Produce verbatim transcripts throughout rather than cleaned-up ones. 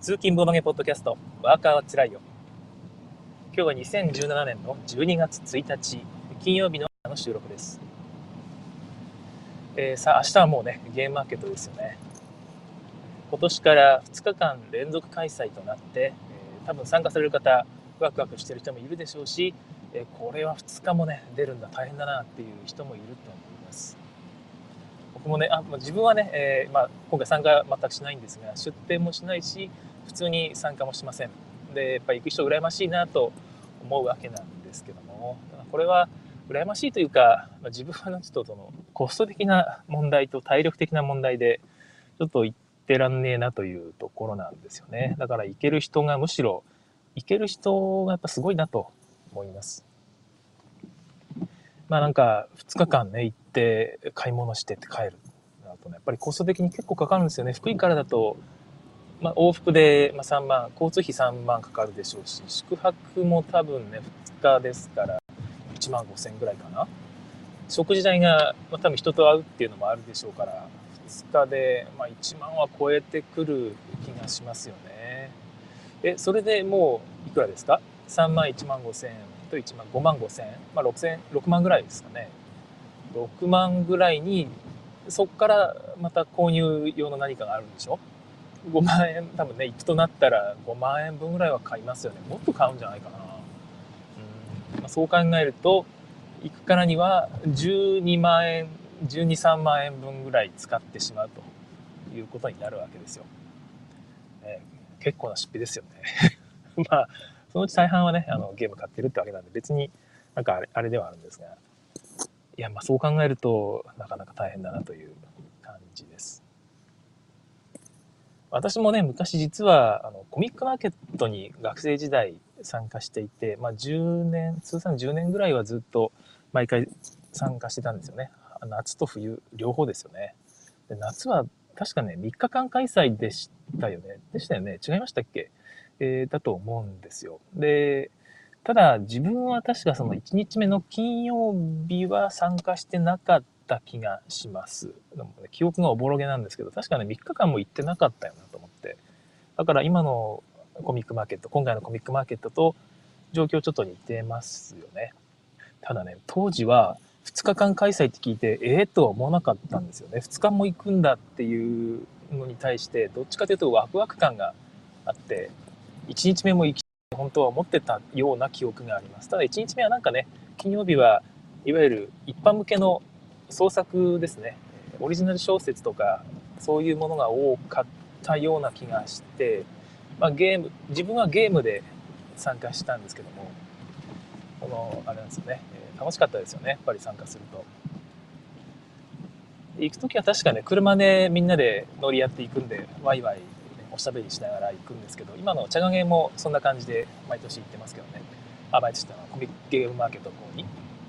通勤ボードゲポッドキャスト、ワーカーはつらいよ。今日はにせんじゅうななねんのじゅうにがつついたち、金曜日のの収録です。えー、さあ、明日はもうね、ゲームマーケットですよね。今年からふつかかん連続開催となって、えー、多分参加される方、ワクワクしてる人もいるでしょうし、えー、これはふつかもね、出るんだ、大変だなっていう人もいると思います。僕もね、あまあ、自分はね、えーまあ、今回参加は全くしないんですが、出店もしないし、普通に参加もしません。で、やっぱり行く人羨ましいなと思うわけなんですけども、これは羨ましいというか、まあ、自分はちょっとそのコスト的な問題と体力的な問題で、ちょっと行ってらんねえなというところなんですよね。だから行ける人がむしろ、行ける人がやっぱすごいなと思います。まあなんかふつかかんね、行って買い物してって帰るなとね、やっぱりコスト的に結構かかるんですよね。福井からだと、まあ、往復でさんまん、交通費さんまんかかるでしょうし、宿泊も多分ね、ふつかですからいちまんごせんぐらいかな。食事代が、まあ、多分人と会うっていうのもあるでしょうから、ふつかで、まあ、いちまんは超えてくる気がしますよね。え、それでもういくらですか？ さん 万いちまんごせんといちまんごまんごせん、まあ、ろくせん、ろくまんぐらいですかね。ろくまんぐらいに、そこからまた購入用の何かがあるんでしょ？ごまん円、多分ね、行くとなったらごまん円分ぐらいは買いますよね。もっと買うんじゃないかな。うん、まあ、そう考えると、行くからにはじゅうにまん円、じゅうに、さんまん円分ぐらい使ってしまうということになるわけですよ。ね、結構な出費ですよね。まあ、そのうち大半はね、あのゲーム買ってるってわけなんで、別になんかあれあれではあるんですが、いや、まあそう考えるとなかなか大変だなという感じです。私もね、昔実はあのコミックマーケットに学生時代参加していて、まあ、じゅうねん、通算じゅうねんぐらいはずっと毎回参加してたんですよね。夏と冬、両方ですよね。で夏は確かね、みっかかん開催でしたよね。でしたよね。違いましたっけ？えー、だと思うんですよ。で、ただ自分は確かそのいちにちめの金曜日は参加してなかった気がします。でもね、記憶がおぼろげなんですけど、確かね、みっかかんも行ってなかったよなと思って。だから今のコミックマーケット、今回のコミックマーケットと状況ちょっと似てますよね。ただね、当時はふつかかん開催って聞いて、ええー、とは思わなかったんですよね。ふつかも行くんだっていうのに対して、どっちかというとワクワク感があって、いちにちめも行き本当は思ってたような記憶があります。ただいちにちめはなんかね、金曜日はいわゆる一般向けの創作ですね、オリジナル小説とかそういうものが多かったような気がして、まあ、ゲーム自分はゲームで参加したんですけども、このあれなんですよね、楽しかったですよね、やっぱり参加すると。行く時は確かね、車でみんなで乗り合っていくんで、ワイワイおしゃべりしながら行くんですけど、今の茶加減もそんな感じで毎年行ってますけどね。あ、毎年ってのはコミックゲームマーケットの方に。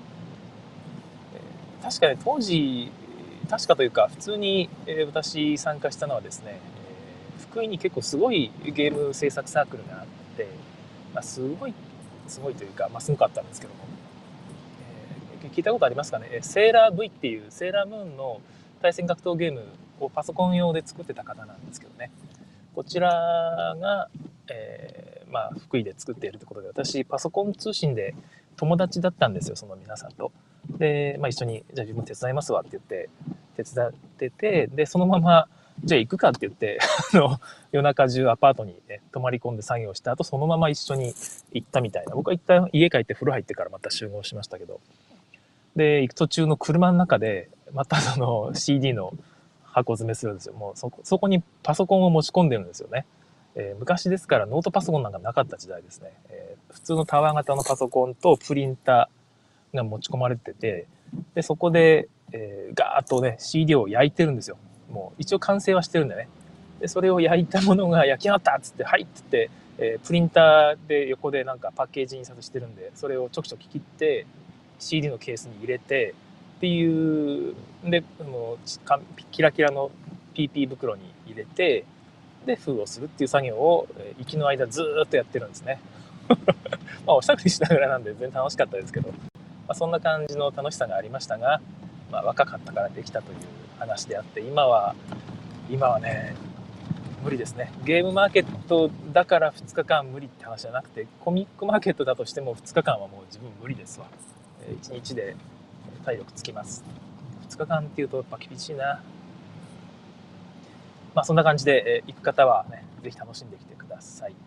えー確かね、当時、確かというか、普通に、えー私参加したのはですね、えー福井に結構すごいゲーム制作サークルがあって、まあ、すごい、すごいというか、まあ、すごかったんですけども、えー聞いたことありますかね？セーラー V っていうセーラームーンの対戦格闘ゲームをパソコン用で作ってた方なんですけどね。こちらが、えーまあ、福井で作っているということで、私パソコン通信で友達だったんですよ、その皆さんと。で、まあ、一緒にじゃあ自分手伝いますわって言って手伝ってて、でそのままじゃあ行くかって言ってあの夜中中アパートに、ね、泊まり込んで作業した後、そのまま一緒に行ったみたいな。僕は一旦家帰って風呂入ってからまた集合しましたけど、で行く途中の車の中でまたその シーディー の箱詰めするんですよ。もうそこそこにパソコンを持ち込んでるんですよね。えー昔ですからノートパソコンなんかなかった時代ですね。えー普通のタワー型のパソコンとプリンターが持ち込まれてて、でそこで、えーガーッとね シーディー を焼いてるんですよ。もう一応完成はしてるんでね。でそれを焼いたものが焼き上がったっつって、はいっつって、えープリンターで横でなんかパッケージ印刷してるんで、それをちょきちょき切って シーディー のケースに入れてっていう、でもうキラキラの ピーピー 袋に入れて、で封をするっていう作業を行きの間ずっとやってるんですね。まあおしゃべりしながらなんで全然楽しかったですけど、まあ、そんな感じの楽しさがありましたが、まあ、若かったからできたという話であって、今は今はね、 無理ですね。ゲームマーケットだからふつかかん無理って話じゃなくて、コミックマーケットだとしてもふつかかんはもう自分無理ですわ。いちにちで体力つきます。ふつかかんっていうとやっぱ厳しいな。まあそんな感じで、えー、行く方はね、ぜひ楽しんできてください。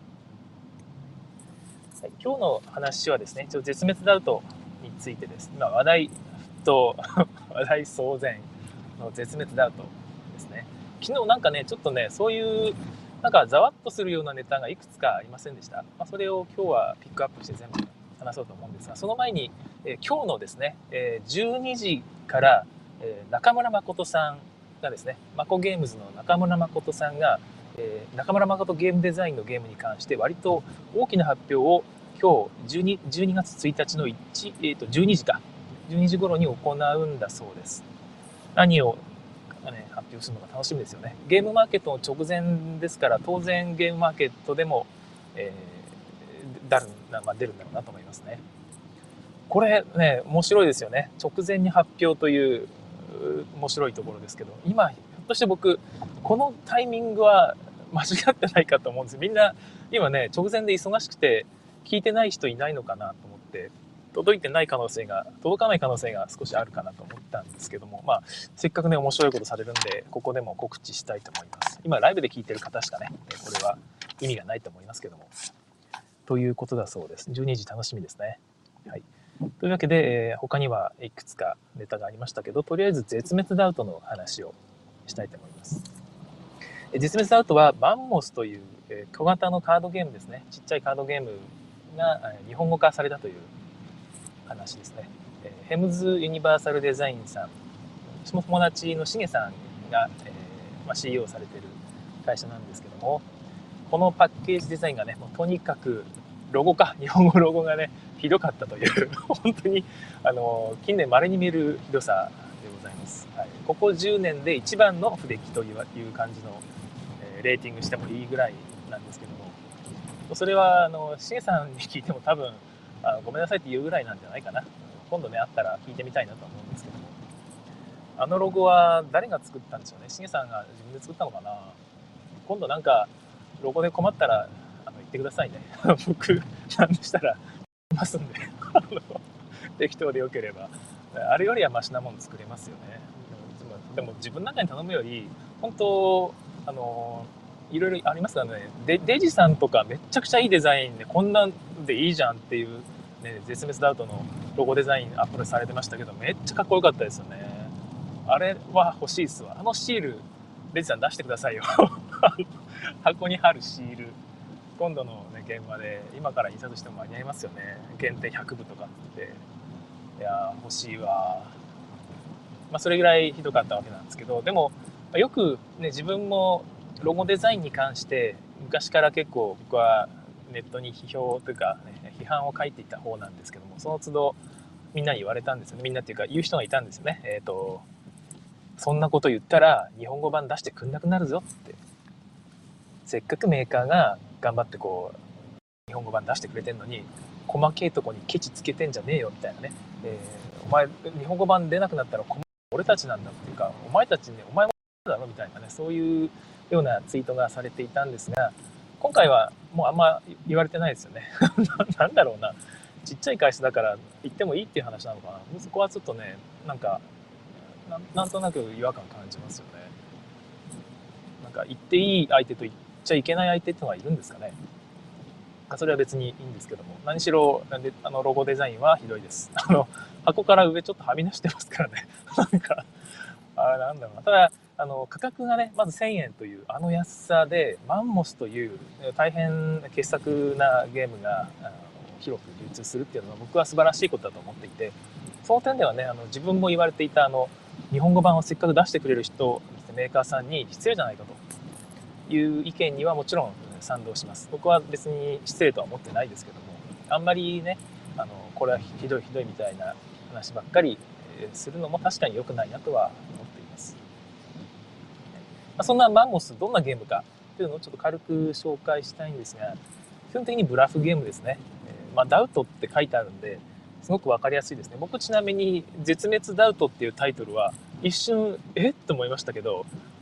はい、今日の話はですね、ちょっと絶滅ダウトについてです。今話題と話題騒然の絶滅ダウトですね。昨日なんかね、ちょっとね、そういうなんかざわっとするようなネタがいくつかありませんでした。まあ、それを今日はピックアップして全部話そうと思うんですが、その前に、えー、今日のですね、えー、じゅうにじから、えー、中村誠さんがですね、マコゲームズの中村誠さんが、えー、中村誠ゲームデザインのゲームに関して割と大きな発表を今日じゅうにがつついたちのいち、えー、とじゅうにじかじゅうにじ頃に行うんだそうです。何を、ね、発表するのが楽しみですよね。ゲームマーケットの直前ですから、当然ゲームマーケットでも、えーだるまあ、出るんだろうなと思いますね。これね、面白いですよね。直前に発表という面白いところですけど、今ひょっとして僕このタイミングは間違ってないかと思うんです。みんな今ね、直前で忙しくて聞いてない人いないのかなと思って、届いてない可能性が届かない可能性が少しあるかなと思ったんですけども、まあせっかくね面白いことされるんで、ここでも告知したいと思います。今ライブで聞いてる方しかね、これは意味がないと思いますけども、ということだそうです。じゅうにじ楽しみですね。はい。というわけで、えー、他にはいくつかネタがありましたけど、とりあえず絶滅ダウトの話をしたいと思います。絶滅ダウトはマンモスという、えー、小型のカードゲームですね。ちっちゃいカードゲームが、えー、日本語化されたという話ですね。えー、ヘムズユニバーサルデザインさん、私も友達のしげさんが、えーまあ、シーイーオー されている会社なんですけども、このパッケージデザインがね、もうとにかくロゴか、日本語ロゴがね、ひどかったという本当にあの近年稀に見るひどさでございます。はい、ここじゅうねんで一番の不出来という感じの、えー、レーティングしてもいいぐらいなんですけども、それはあのしげさんに聞いても多分あごめんなさいって言うぐらいなんじゃないかな。今度ねあったら聞いてみたいなと思うんですけども、あのロゴは誰が作ったんでしょうね。しげさんが自分で作ったのかな。今度なんかロゴで困ったらあの言ってくださいね。僕なんでしたらますんで適当でよければあれよりはマシなもの作れますよね。でも自分なんかに頼むより本当あのいろいろありますからね。デデジさんとかめっちゃくちゃいいデザインでこんなんでいいじゃんっていう、ね、絶滅ダウトのロゴデザインアップされてましたけど、めっちゃかっこよかったですよね。あれは欲しいっすわ。あのシールデジさん出してくださいよ箱に貼るシール今度の、ね、現場で今から印刷しても間に合いますよね。限定ひゃくぶとかっていや欲しいわ。まあそれぐらいひどかったわけなんですけど、でもよくね自分もロゴデザインに関して昔から結構僕はネットに批評というか、ね、批判を書いていた方なんですけども、その都度みんなに言われたんですよね。みんなっていうか言う人がいたんですよね。えっとそんなこと言ったら日本語版出してくんなくなるぞって。せっかくメーカーが頑張ってこう日本語版出してくれてんのに細けいとこにケチつけてんじゃねえよみたいなね、えー、お前日本語版出なくなったら俺たちなんだっていうかお前たちねお前もだろみたいなね、そういうようなツイートがされていたんですが、今回はもうあんま言われてないですよねなんだろうな、ちっちゃい会社だから言ってもいいっていう話なのかな。そこはちょっとねなんか な, なんとなく違和感感じますよね。なんか言っていい相手と言っちゃいけない相手ってのがいるんですかね。それは別にいいんですけども、何しろあのロゴデザインはひどいです。あの箱から上ちょっとはみ出してますからねなんかあれなんだろうな。ただあの価格がねまずせんえんというあの安さでマンモスという大変傑作なゲームが広く流通するっていうのは僕は素晴らしいことだと思っていて、その点ではねあの自分も言われていたあの日本語版をせっかく出してくれる人メーカーさんに失礼じゃないかという意見にはもちろん賛同します。僕は別に失礼とは思ってないですけども、あんまりねあのこれはひどいひどいみたいな話ばっかりするのも確かに良くないなとは思っています。そんなマンモスどんなゲームかというのをちょっと軽く紹介したいんですが、基本的にブラフゲームですね。まあ、ダウトって書いてあるんですごく分かりやすいですね。僕ちなみに絶滅ダウトっていうタイトルは一瞬えっと思いましたけど、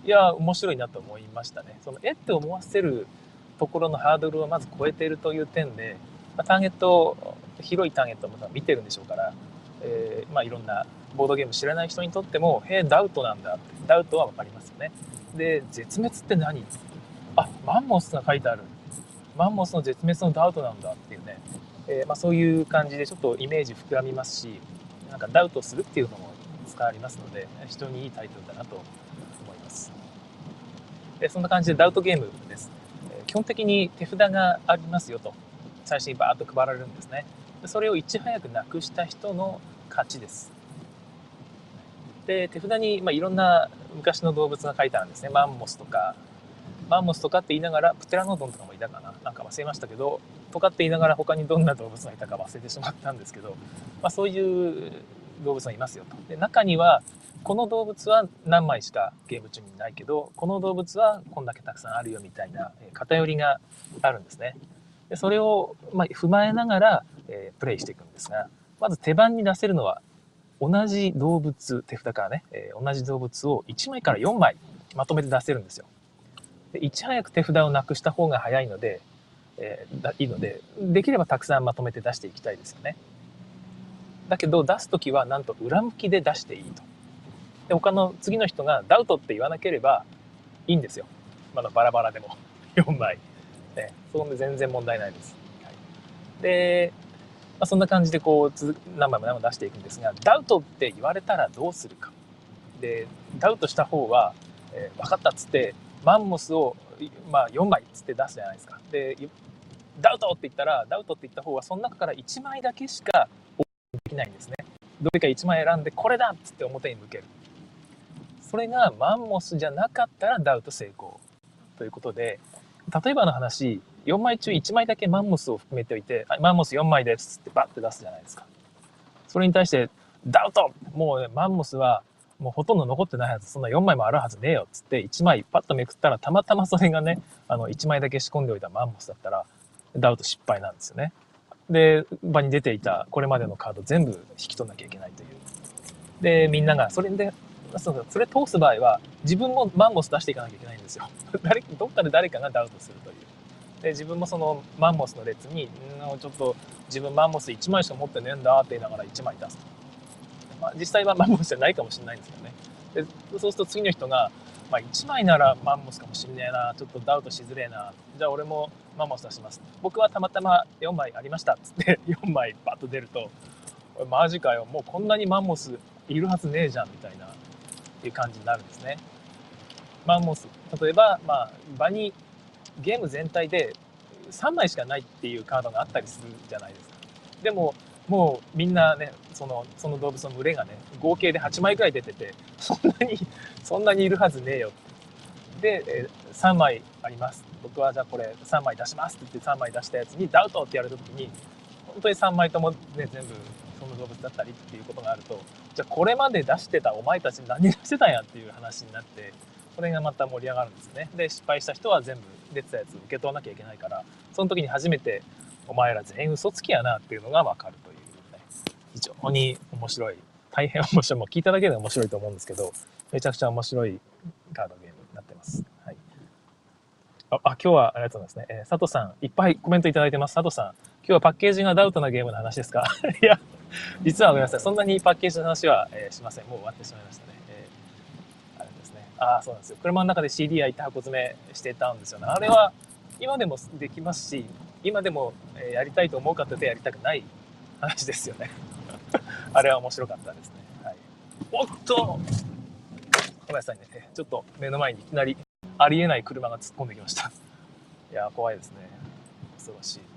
いや面白いなと思いましたね。そのえって思わせるところのハードルをまず超えているという点で、まあ、ターゲット広いターゲットも見てるんでしょうから、えー、まあいろんなボードゲーム知らない人にとっても、へえダウトなんだって、ダウトは分かりますよね。で絶滅って何、あマンモスが書いてある、マンモスの絶滅のダウトなんだっていうね、えーまあ、そういう感じでちょっとイメージ膨らみますし、なんかダウトするっていうのも伝わりますので、非常にいいタイトルだなと思います。でそんな感じでダウトゲームです。基本的に手札がありますよと最初にバーッと配られるんですね。でそれをいち早くなくした人の勝ちです。で手札に、まあ、いろんな昔の動物が書いてあるんですね。マンモスとかマンモスとかって言いながらプテラノドンとかもいたかな、なんか忘れましたけど、とかって言いながら他にどんな動物がいたか忘れてしまったんですけど、まあ、そういう動物がいますよと。で中にはこの動物は何枚しかゲーム中にないけど、この動物はこんだけたくさんあるよみたいな偏りがあるんですね。でそれをまあ踏まえながら、えー、プレイしていくんですが、まず手番に出せるのは同じ動物、手札からね、えー、同じ動物をいちまいからよんまいまとめて出せるんですよ。でいち早く手札をなくした方が早いので、えー、いいので、できればたくさんまとめて出していきたいですよね。だけど出す時はなんと裏向きで出していいと。で他の次の人がダウトって言わなければいいんですよ。まだバラバラでもよんまい、ね、そんで全然問題ないです。はい、で、まあ、そんな感じでこう何枚も何枚も出していくんですが、ダウトって言われたらどうするか。でダウトした方は、えー、分かったっつってマンモスを、まあ、よんまいっつって出すじゃないですか。でダウトって言ったら、ダウトって言った方はその中からいちまいだけしかできないんですね。どれかいちまい選んでこれだっつって表に向ける。それがマンモスじゃなかったらダウト成功ということで、例えばの話、よんまい中いちまいだけマンモスを含めておいて、マンモスよんまいですってバッて出すじゃないですか。それに対してダウト、もう、ね、マンモスはもうほとんど残ってないはず、そんなよんまいもあるはずねえよっつっていちまいパッとめくったら、たまたまそれがね、あのいちまいだけ仕込んでおいたマンモスだったらダウト失敗なんですよね。で場に出ていたこれまでのカード全部引き取んなきゃいけないという。でみんながそれでそれ通す場合は自分もマンモス出していかなきゃいけないんですよ。誰どっかで誰かがダウトするという。で自分もそのマンモスの列にんちょっと自分マンモスいちまいしか持ってねえんだって言いながらいちまい出す。まあ、実際はマンモスじゃないかもしれないんですけどね。でそうすると次の人が、まあ、いちまいならマンモスかもしんねえな、ちょっとダウトしづれえな、じゃあ俺もマンモス出します、僕はたまたまよんまいありましたっつってよんまいバッと出ると、マジかよ、もうこんなにマンモスいるはずねえじゃんみたいないう感じになるんですね。マンモス例えば、まあ、場にゲーム全体でさんまいしかないっていうカードがあったりするじゃないですか。でももうみんなね、そのその動物の群れがね合計ではちまいくらい出てて、そんなにそんなにいるはずねえよで、えー、さんまいあります、僕はじゃあこれさんまい出しますって言ってさんまい出したやつにダウトってやられた時に、本当にさんまいとも、ね、全部その動物だったりっていうことがあると、じゃあこれまで出してたお前たち何出してたんやっていう話になって、これがまた盛り上がるんですね。で失敗した人は全部出てたやつ受け取らなきゃいけないから、その時に初めてお前ら全員嘘つきやなっていうのが分かるという、ね、非常に面白い、大変面白い、もう聞いただけで面白いと思うんですけど、めちゃくちゃ面白いカードゲームになってます。はい、ああ今日はありがとうございますね、えー、佐藤さんいっぱいコメントいただいてます。佐藤さん、今日はパッケージがダウトなゲームの話ですか？いや実はごめんなさい、そんなにパッケージの話は、えー、しません。もう終わってしまいましたね。えー、あれですね。ああ、そうなんですよ。車の中で シーディー 焼いて箱詰めしてたんですよね。あれは今でもできますし、今でもやりたいと思う方でやりたくない話ですよね。あれは面白かったですね。はい、おっとごめんなさいね。ちょっと目の前にいきなりありえない車が突っ込んできました。いや怖いですね。恐ろしい。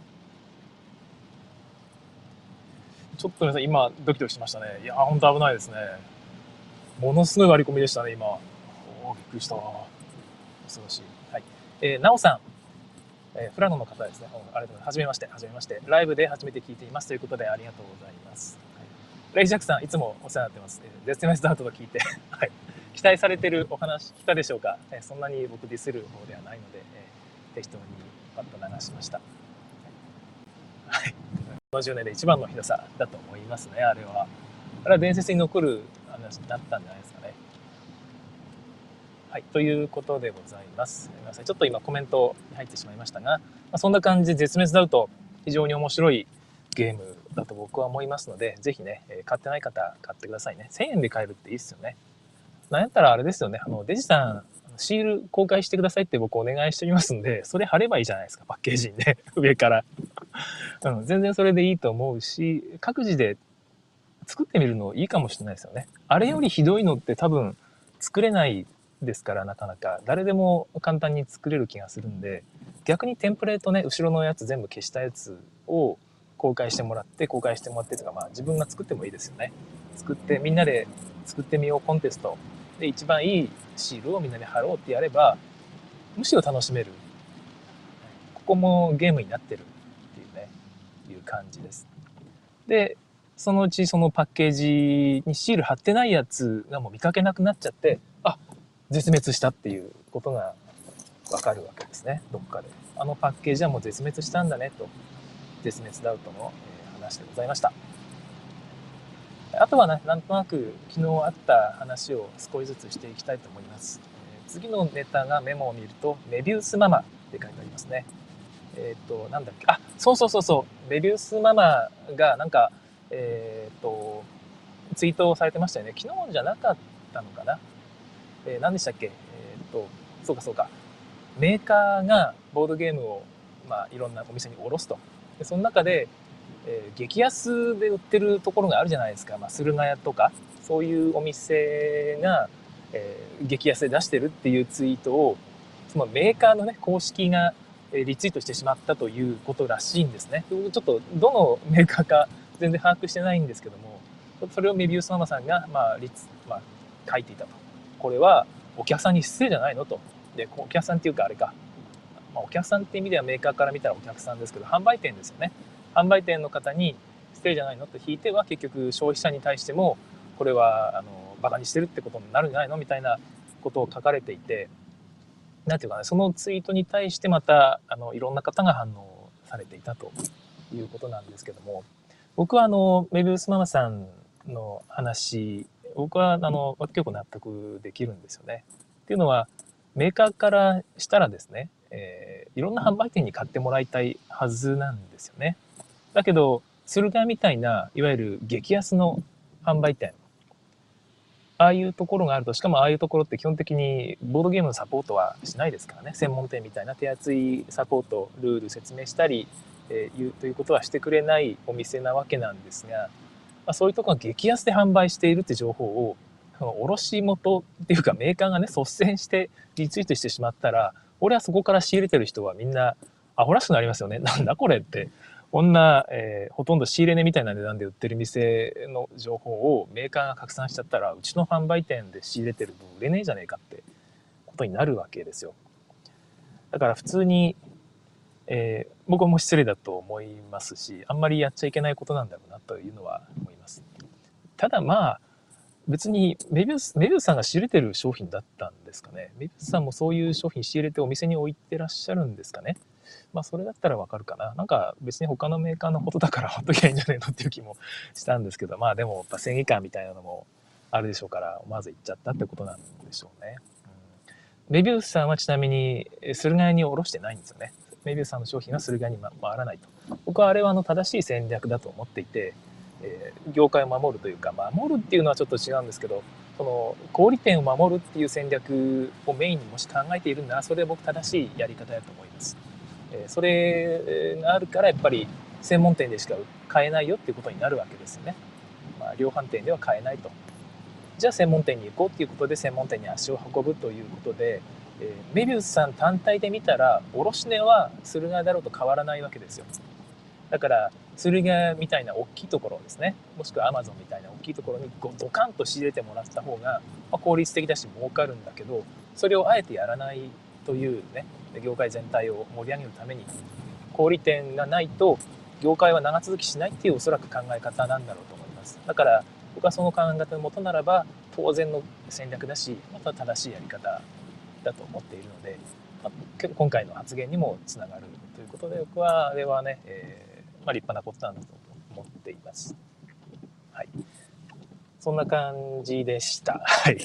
ちょっと皆さん今ドキドキしましたね。いや本当危ないですね。ものすごい割り込みでしたね今。おおびっくりした。恐ろしい。はい。えー、なおさん、えー、フラノの方ですね。ありがとうございます。はじめまして、はじめまして。ライブで初めて聞いていますということでありがとうございます。はい、レイジャックさんいつもお世話になってます。えー、絶滅ダウトと聞いて、はい、期待されてるお話聞いたでしょうか。えー、そんなに僕ディスる方ではないので、えー、適当にパッと流しました。はい。このじゅうねんで一番のひどさだと思いますね。あれは。あれは伝説に残る話になったんじゃないですかね。はい。 はい、ということでございます。すみません、ちょっと今コメントに入ってしまいましたが、まあ、そんな感じで絶滅ダウト、非常に面白いゲームだと僕は思いますので、ぜひね、えー買ってない方買ってくださいね。せんえんで買えるっていいですよね。なんやったらあれですよね、あのデジさん、シール公開してくださいって僕お願いしておりますんで、それ貼ればいいじゃないですか、パッケージにね、上から。うん、全然それでいいと思うし、各自で作ってみるのいいかもしれないですよね。あれよりひどいのって多分作れないですから、なかなか誰でも簡単に作れる気がするんで、逆にテンプレートね、後ろのやつ全部消したやつを公開してもらって公開してもらってとか、まあ自分が作ってもいいですよね。作ってみんなで作ってみようコンテストで一番いいシールをみんなで貼ろうってやれば、むしろ楽しめる。ここもゲームになってるっていうね、いう感じです。で、そのうちそのパッケージにシール貼ってないやつがもう見かけなくなっちゃって、あ、絶滅したっていうことがわかるわけですね、どっかで。あのパッケージはもう絶滅したんだねと、絶滅ダウトの話でございました。あとはね、なんとなく昨日あった話を少しずつしていきたいと思います。次のネタがメモを見ると、メビウスママって書いてありますね。えっ、ー、と、なんだっけ、あ、そうそうそうそう、メビウスママがなんか、えっ、ー、と、ツイートをされてましたよね。昨日じゃなかったのかな。えー、何でしたっけ、えっ、ー、と、そうかそうか。メーカーがボードゲームを、まあ、いろんなお店に卸すと。でその中で、えー、激安で売ってるところがあるじゃないですか。まあ、駿河屋とか、そういうお店が、えー、激安で出してるっていうツイートを、そのメーカーのね、公式がリツイートしてしまったということらしいんですね。ちょっとどのメーカーか全然把握してないんですけども、それをメビウスママさんが、まあリツまあ、書いていたと。これはお客さんに失礼じゃないのと。で、お客さんっていうかあれか、まあ、お客さんっていう意味ではメーカーから見たらお客さんですけど、販売店ですよね。販売店の方に失礼じゃないのと引いては、結局消費者に対してもこれはあのバカにしてるってことになるんじゃないのみたいなことを書かれていて、なんていうかね、そのツイートに対してまたあのいろんな方が反応されていたということなんですけども、僕はあのメビウスママさんの話、僕はあの結構納得できるんですよね。っていうのは、メーカーからしたらですね、えー、いろんな販売店に買ってもらいたいはずなんですよね。だけど駿河屋みたいないわゆる激安の販売店、ああいうところがあると、しかもああいうところって基本的にボードゲームのサポートはしないですからね。専門店みたいな手厚いサポート、ルール説明したり、えー、いうということはしてくれないお店なわけなんですが、まあ、そういうところが激安で販売しているって情報を、卸元っていうかメーカーがね、率先してリツイートしてしまったら、俺はそこから仕入れてる人はみんなアホらしくなりますよね。なんだこれって。こんな、えー、ほとんど仕入れ値みたいな値段で売ってる店の情報をメーカーが拡散しちゃったら、うちの販売店で仕入れてる分売れねえじゃねえかってことになるわけですよ。だから普通に、えー、僕も失礼だと思いますし、あんまりやっちゃいけないことなんだろうなというのは思います。ただまあ、別にメビウス、メビウスさんが仕入れてる商品だったんですかね。メビウスさんもそういう商品仕入れてお店に置いてらっしゃるんですかね。まあそれだったらわかるかな。なんか別に他のメーカーのことだからほっときゃいいんじゃねえのっていう気もしたんですけど、まあでもやっぱ正義感みたいなのもあるでしょうから、思わず言っちゃったってことなんでしょうね。うん、メビウスさんはちなみに駿河屋に卸してないんですよね。メビウスさんの商品は駿河屋に回らないと。僕はあれはあの正しい戦略だと思っていて、えー、業界を守るというか、守るっていうのはちょっと違うんですけど、その小売店を守るっていう戦略をメインにもし考えているなら、それは僕正しいやり方だと思います。えー、それがあるからやっぱり専門店でしか買えないよっていうことになるわけですね。まあ、量販店では買えないと。じゃあ専門店に行こうっていうことで専門店に足を運ぶということで、えー、メビウスさん単体で見たら卸値は駿河屋だろうと変わらないわけですよ。だから駿河屋みたいな大きいところですね、もしくはアマゾンみたいな大きいところにドカンと仕入れてもらった方が、まあ、効率的だし儲かるんだけど、それをあえてやらないというね、業界全体を盛り上げるために小売店がないと業界は長続きしないっていうおそらく考え方なんだろうと思います。だから僕はその考え方のもとならば当然の戦略だし、また正しいやり方だと思っているので、まあ、今回の発言にもつながるということで、僕はあれはね、えーまあ、立派なことなんだと思っています。はい、そんな感じでした。はい。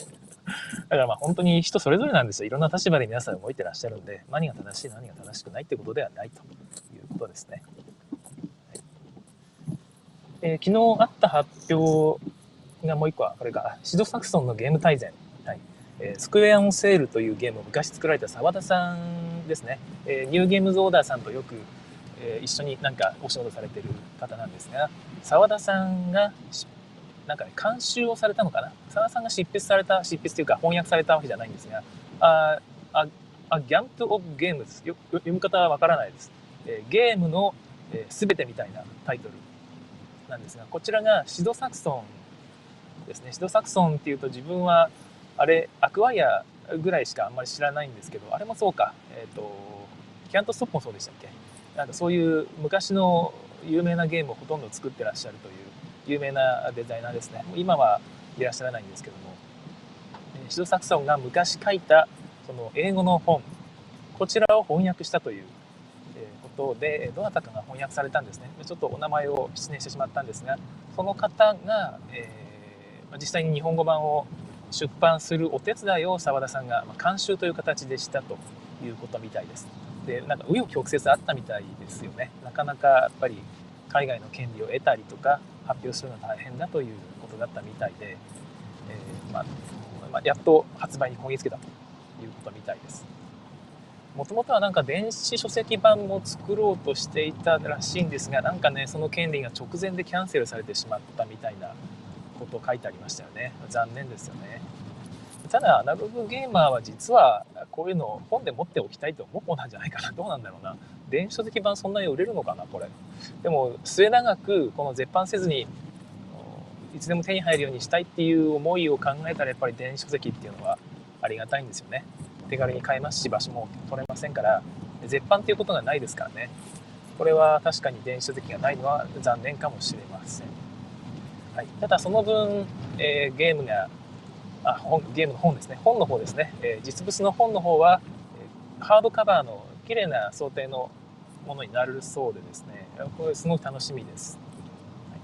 だからまあ本当に人それぞれなんですよ。いろんな立場で皆さん動いてらっしゃるんで、何が正しい何が正しくないってことではないということですね。はい。えー、昨日あった発表がもう一個はこれがシドサクソンのゲーム大全、はい。えー、スクエアオンセールというゲームを昔作られた澤田さんですね。えー、ニューゲームズオーダーさんとよく、えー、一緒になんかお仕事されてる方なんですが、澤田さんがなんかね、監修をされたのかな。澤田さんが執筆された、執筆というか翻訳されたわけじゃないんですが、あああギャンプ・オブ・ゲームズ、よ読み方はわからないです。えー、ゲームのすべ、えー、てみたいなタイトルなんですが、こちらがシドサクソンですね。シドサクソンっていうと自分は、あれ、アクワイアぐらいしかあんまり知らないんですけど、あれもそうか、えっ、ー、と、キャントストップもそうでしたっけ。なんかそういう昔の有名なゲームをほとんど作ってらっしゃるという有名なデザイナーですね。今はいらっしゃらないんですけども、シドサクソンが昔書いたその英語の本、こちらを翻訳したということで、どなたかが翻訳されたんですね。ちょっとお名前を失念してしまったんですが、その方が、えー、実際に日本語版を出版するお手伝いを澤田さんが監修という形でしたということみたいです。で、なんか紆余曲折あったみたいですよね。なかなかやっぱり海外の権利を得たりとか発表するのは大変だということだったみたいで、えーまあまあ、やっと発売にこぎつけたということみたいです。もともとはなんか電子書籍版も作ろうとしていたらしいんですが、なんかね、その権利が直前でキャンセルされてしまったみたいなことを書いてありましたよね。残念ですよね。ただアナログゲーマーは実はこういうのを本で持っておきたいと思う方なんじゃないかな。どうなんだろうな。電子書籍版そんなに売れるのかな、これ。でも末永くこの絶版せずにいつでも手に入るようにしたいっていう思いを考えたら、やっぱり電子書籍っていうのはありがたいんですよね。手軽に買えますし、場所も取れませんから、絶版っていうことがないですからね。これは確かに電子書籍がないのは残念かもしれません。はい、ただその分、えー、ゲームがあ本ゲームの本ですね、本の方ですね、えー、実物の本の方は、えー、ハードカバーの綺麗な想定のものになるそうでですね、これすごく楽しみです。はい、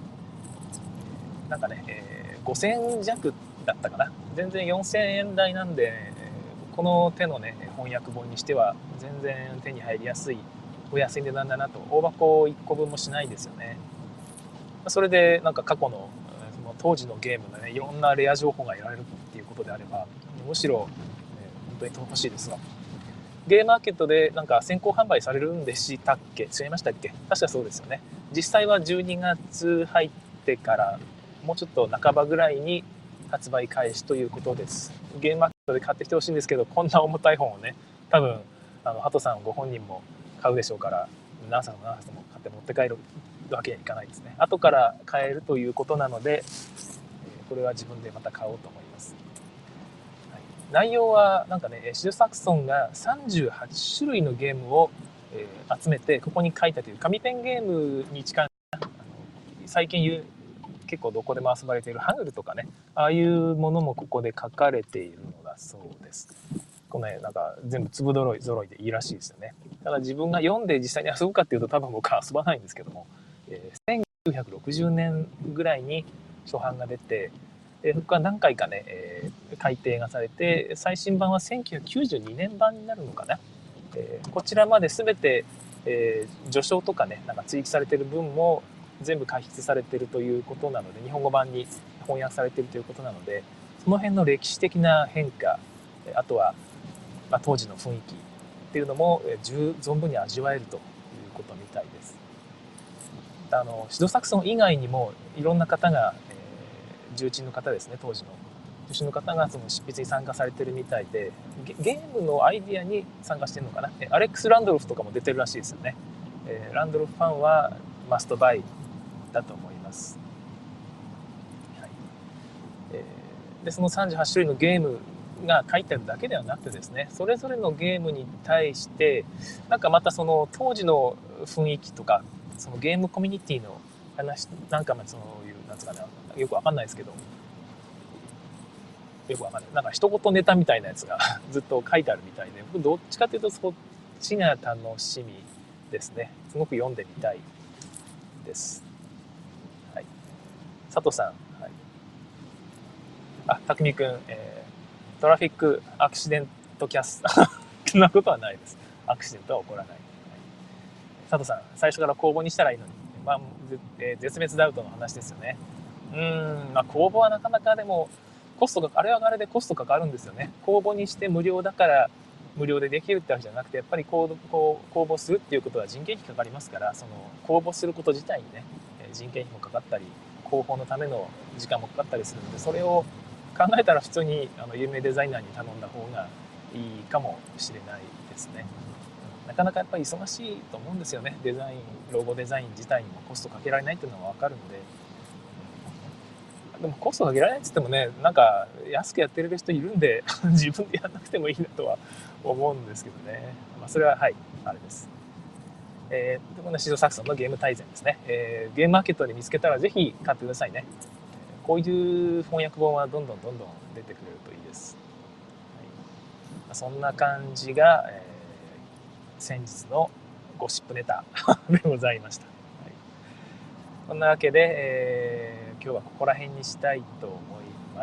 なんかね、えー、ごせん弱だったかな。全然よんせんえん台なんで、この手のね翻訳本にしては全然手に入りやすいお安い値段だなと。大箱いっこぶんもしないですよね。それでなんか過去のその当時のゲームのねいろんなレア情報が得られるっていうことであれば、むしろ、えー、本当に欲しいですが、ゲームマーケットでなんか先行販売されるんでしたっけ。違いましたっけ。確かそうですよね。実際はじゅうにがつ入ってからもうちょっと半ばぐらいに発売開始ということです。ゲームマーケットで買ってきてほしいんですけど、こんな重たい本をね、多分あのハトさんご本人も買うでしょうから、何冊も何冊も買って持って帰るわけにはいかないですね。後から買えるということなので、これは自分でまた買おうと思います。はい、内容はなんかね、シドサクソンがさんじゅうはちしゅるいのゲームを、えー、集めてここに書いたという紙ペンゲームに近い、あの最近言う結構どこでも遊ばれているハグルとかね、ああいうものもここで書かれているのだそうです。このね、なんか全部粒揃い揃いでいいらしいですよね。ただ自分が読んで実際に遊ぶかっていうと多分僕は遊ばないんですけども、えー、せんきゅうひゃくろくじゅうねんぐらいに初版が出て、で僕は何回かね、えー、改訂がされて、最新版はせんきゅうひゃくきゅうじゅうにねん版になるのかな。えー、こちらまで全て、えー、序章とかね、なんか追記されてる分も全部解筆されているということなので、日本語版に翻訳されているということなので、その辺の歴史的な変化、あとは、まあ、当時の雰囲気っていうのも十存分に味わえるということみたいです。あのシドサクソン以外にもいろんな方が、えー、重鎮の方ですね、当時の重鎮の方がその執筆に参加されてるみたいで、ゲゲームのアイディアに参加してるのかな。アレックス・ランドルフとかも出てるらしいですよね。えー、ランドルフファンはマストバイだと思います。はい。えー、でそのさんじゅうはちしゅるいのゲームが書いてあるだけではなくてですね、それぞれのゲームに対してなんかまたその当時の雰囲気とか、そのゲームコミュニティの話なんか、まあそういうなんつうかな、よくわかんないですけど、よくわかんないなんか一言ネタみたいなやつがずっと書いてあるみたいで、僕どっちかというとそっちが楽しみですね。すごく読んでみたいです。佐藤さん、はい、あ、たくみくん、えトラフィックアクシデントキャスそんなことはないです。アクシデントは起こらない。はい、佐藤さん、最初から公募にしたらいいのに、まあ、えー、絶滅ダウトの話ですよね。うーん、まあ、公募はなかなかでもコストがあれはあれでコストかかるんですよね。公募にして無料だから無料でできるってわけじゃなくて、やっぱり公募するっていうことは人件費かかりますから、その公募すること自体にね、人件費もかかったり、広報のための時間もかかったりするので、それを考えたら普通にあの有名デザイナーに頼んだ方がいいかもしれないですね。なかなかやっぱり忙しいと思うんですよね。デザイン、ロゴデザイン自体にもコストかけられないっていうのは分かるので。でもコストかけられないって言ってもね、なんか安くやってる人いるんで自分でやらなくてもいいなとは思うんですけどね。まあ、それははい、あれです。えー、このシド・サクソンのゲーム大全ですね、えー、ゲームマーケットで見つけたらぜひ買ってくださいね。こういう翻訳本はどんどんどんどん出てくれるといいです。はい、そんな感じが、えー、先日のゴシップネタでございました。はい、そんなわけで、えー、今日はここら辺にしたいと思います。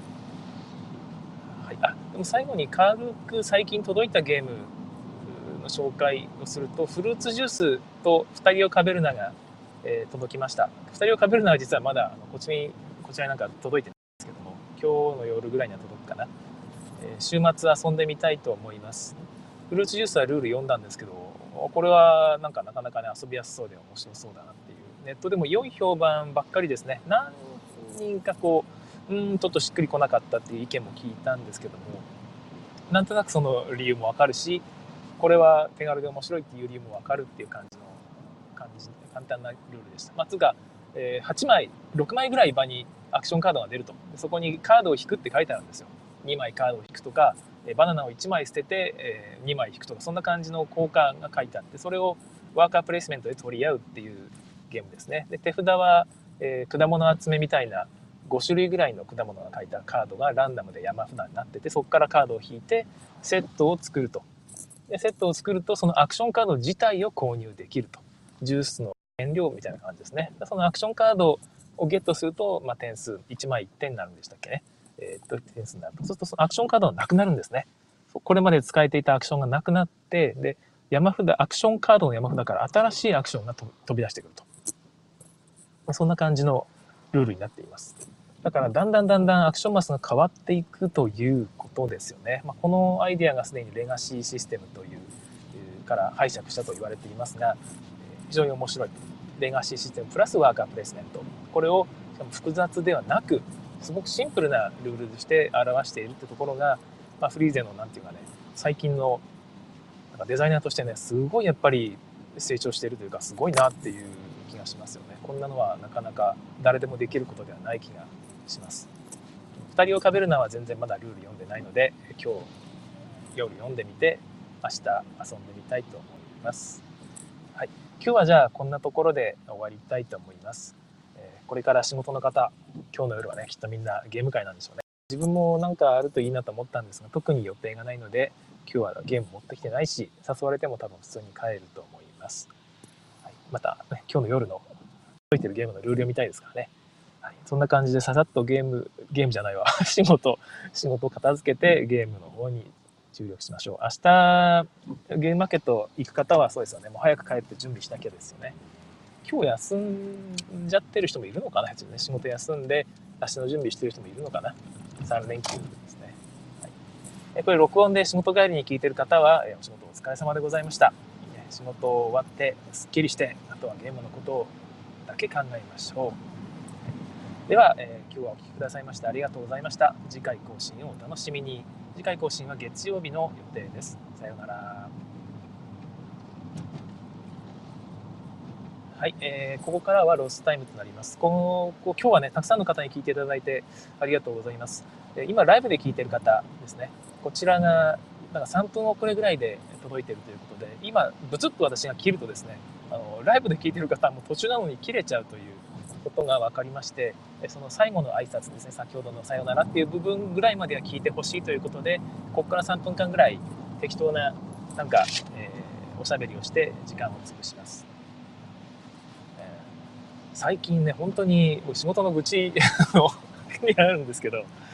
はい、あでも最後に軽く最近届いたゲームの紹介をすると、フルーツジュースとふたりをカベルナが、えー、届きました。ふたりをカベルナは実はまだあのこっちにこちらになんか届いてないんですけども、今日の夜ぐらいには届くかな。えー、週末遊んでみたいと思います。フルーツジュースはルール読んだんですけど、これはなんかなかなかね遊びやすそうで面白そうだなっていう、ネットでも良い評判ばっかりですね。何人かこううんちょっとしっくりこなかったっていう意見も聞いたんですけども、なんとなくその理由もわかるし、これは手軽で面白いっていう理由もわかるっていう感じの感じ簡単なルールでした。まあ、つうか、えー、はちまいろくまいぐらい場にアクションカードが出ると、そこにカードを引くって書いてあるんですよ。にまいカードを引くとか、バナナをいちまい捨てて、えー、にまい引くとか、そんな感じの効果が書いてあって、それをワーカープレイスメントで取り合うっていうゲームですね。で手札は、えー、果物集めみたいなごしゅるいぐらいの果物が書いたカードがランダムで山札になってて、そこからカードを引いてセットを作ると。でセットを作るとそのアクションカード自体を購入できると。ジュースの原料みたいな感じですね。そのアクションカードをゲットすると、まあ、点数いちまいいってんになるんでしたっけね。えー、っと点数になると、そうするとそのアクションカードがなくなるんですね。これまで使えていたアクションがなくなって、で山札アクションカードの山札から新しいアクションが飛び出してくると、そんな感じのルールになっています。だからだんだんだんだんアクションマスが変わっていくということですよね。まあ、このアイデアがすでにレガシーシステムというから拝借したと言われていますが、非常に面白い。レガシーシステムプラスワーカープレイスメント、これをしかも複雑ではなくすごくシンプルなルールとして表しているってところが、まあ、フリーゼのなんていうかね、最近のなんかデザイナーとしてね、すごいやっぱり成長しているというか、すごいなっていう気がしますよね。こんなのはなかなか誰でもできることではない気がします。ふたりをカベルナは全然まだルール読んでないので、今日夜読んでみて明日遊んでみたいと思います。はい、今日はじゃあこんなところで終わりたいと思います。えー、これから仕事の方、今日の夜はねきっとみんなゲーム会なんでしょうね。自分もなんかあるといいなと思ったんですが、特に予定がないので今日はゲーム持ってきてないし、誘われても多分普通に帰ると思います。はい、また、ね、今日の夜の解いてるゲームのルール読みたいですからね。はい、そんな感じでささっとゲームゲームじゃないわ仕事仕事を片付けてゲームの方に注力しましょう。明日ゲームマーケット行く方はそうですよね。もう早く帰って準備しなきゃですよね。今日休んじゃってる人もいるのかな、ね、仕事休んで明日の準備してる人もいるのかな。さん連休ですね。はい、これ録音で仕事帰りに聞いてる方はお仕事お疲れ様でございました。仕事終わってすっきりして、あとはゲームのことだけ考えましょう。では、えー、今日はお聞きくださいましてありがとうございました。次回更新をお楽しみに。次回更新は月曜日の予定です。さようなら。はい、えー、ここからはロスタイムとなります。この今日はねたくさんの方に聞いていただいてありがとうございます。今ライブで聞いている方ですね、こちらがなんかさんぷん遅れぐらいで届いているということで、今ブツッと私が切るとですね、あのライブで聞いている方も途中なのに切れちゃうということが分かりまして、その最後の挨拶ですね、先ほどのさよならっていう部分ぐらいまでは聞いてほしいということで、ここからさんぷんかんぐらい適当ななんか、えー、おしゃべりをして時間を潰します。えー、最近ね本当に仕事の愚痴にあるんですけど、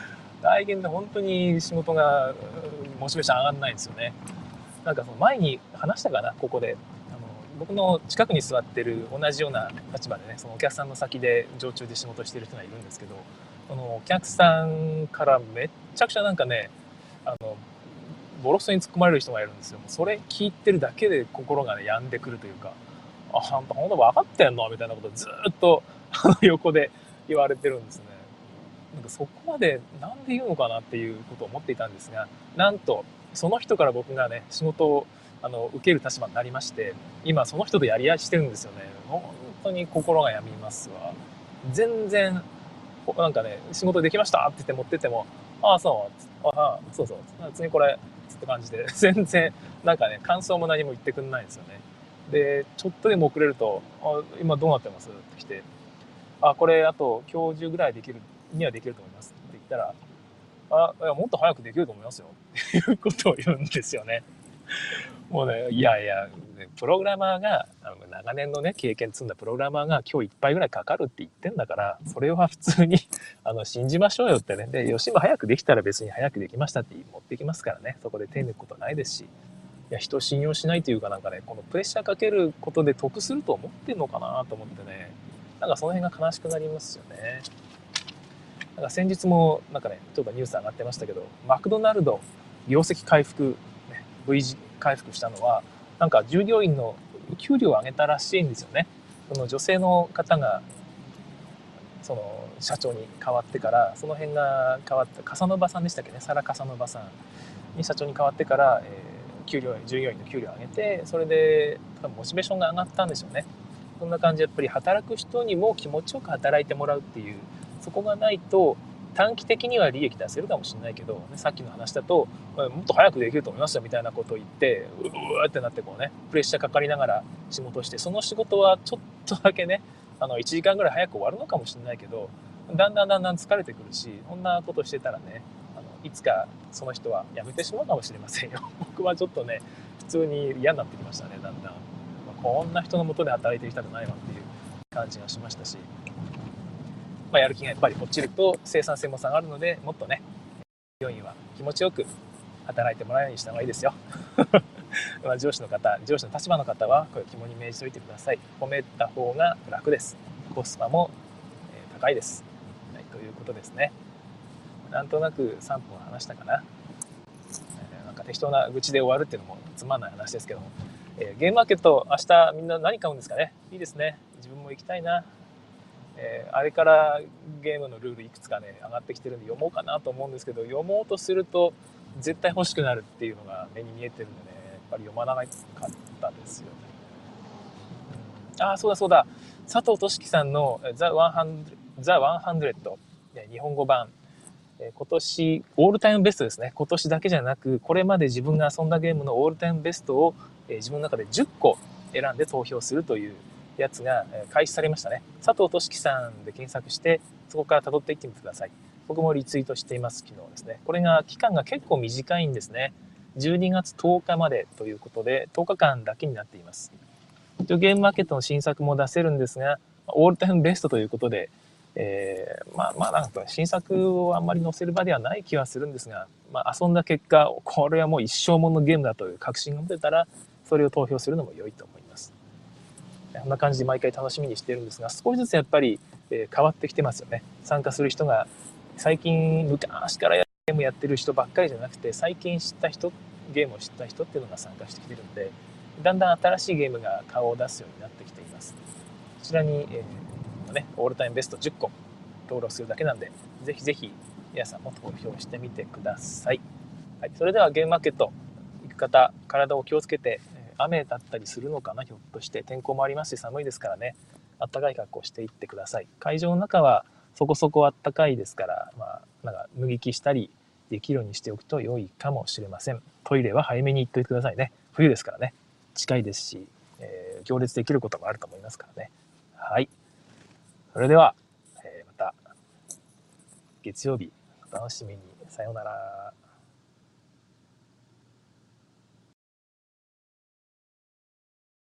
来年で本当に仕事がモチベーション上がんないんですよね。なんかその前に話したかな、ここで。あの僕の近くに座ってる同じような立場でね、そのお客さんの先で常駐で仕事してる人がいるんですけど、そのお客さんからめっちゃくちゃなんかね、あのボロストに突っ込まれる人がいるんですよ。それ聞いてるだけで心がね病んでくるというか、あ、あんたほんと分かってんのみたいなことをずっとあの横で言われてるんですね。なんかそこまでなんで言うのかなっていうことを思っていたんですが、なんとその人から僕がね仕事をあの受ける立場になりまして、今その人とやり合いしてるんですよね。本当に心が病みますわ。全然なんかね仕事できましたって言って持ってっても、ああそうああそうそう次これって感じで全然なんかね感想も何も言ってくんないんですよね。でちょっとでも遅れると「あ今どうなってます?」って来て「あこれあと今日中ぐらいできるにはできると思います」って言ったら「あいやもっと早くできると思いますよ」っていうことを言うんですよね。もうねいやいやプログラマーが長年のね経験積んだプログラマーが今日いっぱいぐらいかかるって言ってんだから、それは普通にあの信じましょうよってね。で吉も早くできたら別に早くできましたって持ってきますからね、そこで手抜くことないですし、いや人を信用しないというか、なんかねこのプレッシャーかけることで得すると思ってんのかなと思ってね、なんかその辺が悲しくなりますよね。なんか先日もなんかねちょっとニュース上がってましたけど、マクドナルド業績回復、ね、V 字回復したのはなんか従業員の給料を上げたらしいんですよね。その女性の方がその社長に変わってから、その辺が変わったカサノバさんでしたっけね、サラカサノバさんに社長に変わってから、えー、給料従業員の給料を上げて、それで多分モチベーションが上がったんでしょうね。そんな感じでやっぱり働く人にも気持ちよく働いてもらうっていう、そこがないと短期的には利益出せるかもしれないけど、ね、さっきの話だともっと早くできると思いますよみたいなことを言ってうわーってなってこうねプレッシャーかかりながら仕事をして、その仕事はちょっとだけねあのいちじかんぐらい早く終わるのかもしれないけど、だんだんだんだん疲れてくるし、こんなことしてたらねあのいつかその人は辞めてしまうかもしれませんよ。僕はちょっとね普通に嫌になってきましたね、だんだん。こんな人のもとで働いていきたくないわっていう感じがしましたし、まあ、やる気がやっぱり落ちると生産性も下がるので、もっとね従業員は気持ちよく働いてもらうようにした方がいいですよ。まあ上司の方上司の立場の方はこれ肝に銘じておいてください。褒めた方が楽です。コスパも高いです、はい、ということですね。なんとなくさんぷん話したかな。なんか適当な愚痴で終わるっていうのもつまんない話ですけども、えー、ゲームマーケット明日みんな何買うんですかね。いいですね、自分も行きたいな。えー、あれからゲームのルールいくつかね上がってきてるんで読もうかなと思うんですけど、読もうとすると絶対欲しくなるっていうのが目に見えてるんでね、やっぱり読まなかったですよね。うん、ああそうだそうだ、佐藤俊樹さんの「ザ・ワンハンドレッド」ザ・ワンハンドレッド日本語版、今年オールタイムベストですね。今年だけじゃなくこれまで自分が遊んだゲームのオールタイムベストを自分の中でじゅっこ選んで投票するというやつが開始されましたね。佐藤俊樹さんで検索してそこから辿っていってみてください。僕もリツイートしています。昨日ですね。これが期間が結構短いんですね。じゅうにがつとおかまでということでとおかかんだけになっています。ゲームマーケットの新作も出せるんですがオールタイムベストということで、えー、まあまあなんか新作をあんまり載せる場ではない気はするんですが、まあ、遊んだ結果これはもう一生もののゲームだという確信が持てたらそれを投票するのも良いと思います。こんな感じで毎回楽しみにしてるんですが、少しずつやっぱり変わってきてますよね。参加する人が最近昔からゲームやってる人ばっかりじゃなくて、最近知った人ゲームを知った人っていうのが参加してきてるんで、だんだん新しいゲームが顔を出すようになってきています。こちらに、えーね、オールタイムベストじゅっこ登録するだけなんで、ぜひぜひ皆さんも投票してみてください。はい、それではゲームマーケット行く方、体を気をつけて、雨だったりするのかな、ひょっとして天候もありますし寒いですからね、あったかい格好していってください。会場の中はそこそこあったかいですから、まあ、なんか脱ぎ着したりできるようにしておくと良いかもしれません。トイレは早めに行っといてくださいね。冬ですからね、近いですし、えー、行列できることもあると思いますからね。はい、それでは、えー、また月曜日お楽しみに。さようなら。